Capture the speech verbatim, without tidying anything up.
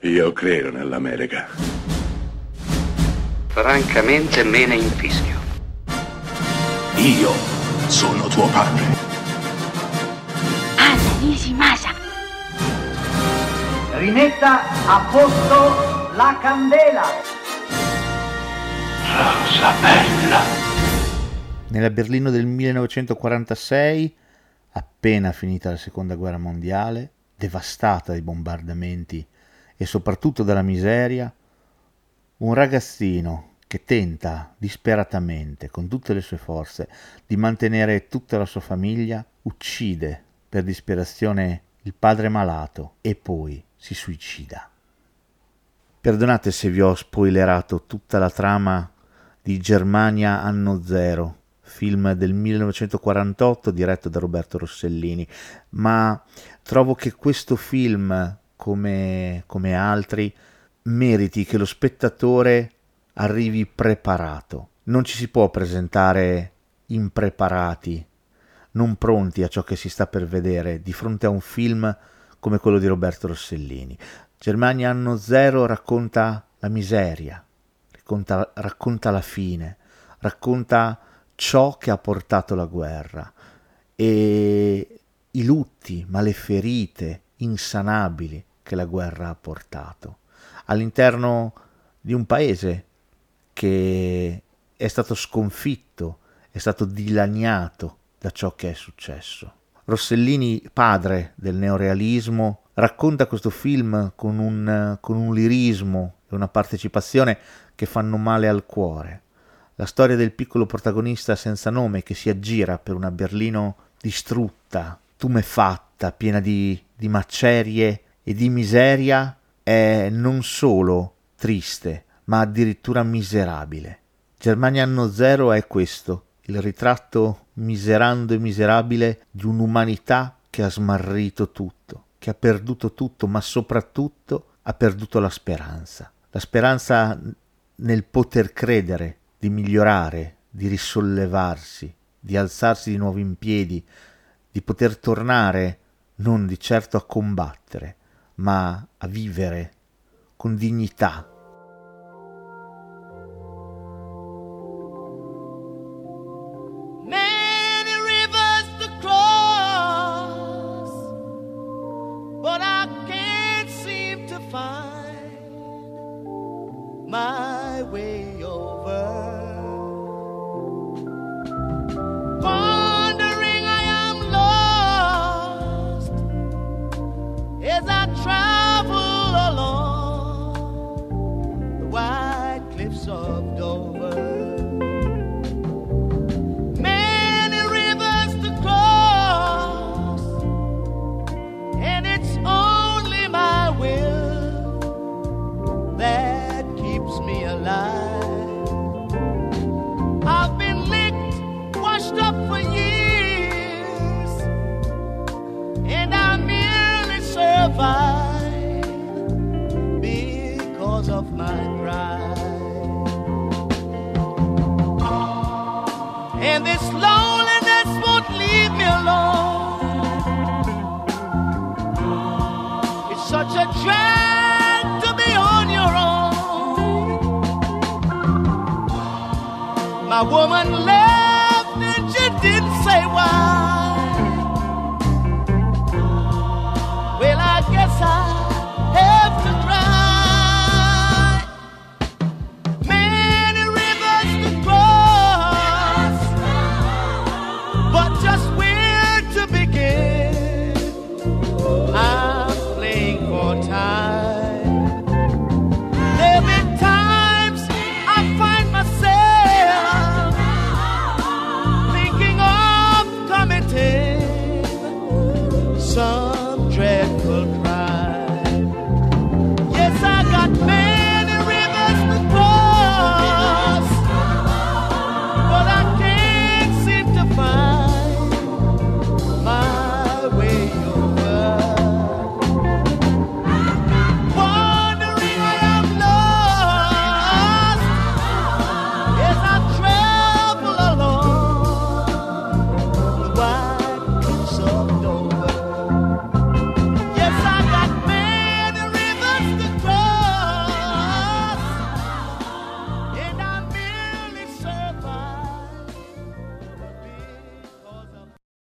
Io credo nell'America. Francamente me ne infischio. Io sono tuo padre. Anna Nishimasa. Rimetta a posto la candela. Rosa bella. Nella Berlino del millenovecentoquarantasei, appena finita la seconda guerra mondiale, devastata dai bombardamenti e soprattutto dalla miseria, un ragazzino che tenta disperatamente, con tutte le sue forze, di mantenere tutta la sua famiglia, uccide per disperazione il padre malato e poi si suicida. Perdonate se vi ho spoilerato tutta la trama di Germania Anno Zero, film del millenovecentoquarantotto diretto da Roberto Rossellini, ma trovo che questo film, come, come altri, meriti che lo spettatore arrivi preparato. Non ci si può presentare impreparati, non pronti a ciò che si sta per vedere di fronte a un film come quello di Roberto Rossellini. Germania Anno Zero racconta la miseria, racconta, racconta la fine, racconta ciò che ha portato la guerra e i lutti, ma le ferite insanabili che la guerra ha portato all'interno di un paese che è stato sconfitto, è stato dilaniato da ciò che è successo. Rossellini, padre del neorealismo, racconta questo film con un, con un lirismo e una partecipazione che fanno male al cuore. La storia del piccolo protagonista senza nome che si aggira per una Berlino distrutta, tumefatta, piena di, di macerie e di miseria, è non solo triste, ma addirittura miserabile. Germania Anno Zero è questo, il ritratto miserando e miserabile di un'umanità che ha smarrito tutto, che ha perduto tutto, ma soprattutto ha perduto la speranza. La speranza nel poter credere di migliorare, di risollevarsi, di alzarsi di nuovo in piedi, di poter tornare non di certo a combattere, ma a vivere con dignità. Many rivers to cross, but I can't seem to find my way over. Wandering I am lost as I travel along the white cliffs of Dover. Many rivers to cross, and it's only my will that keeps me alive. I've been licked, washed up for years, and I merely survive because of my pride. And this loneliness won't leave me alone. It's such a drag to be on your own. My woman left and she didn't say why.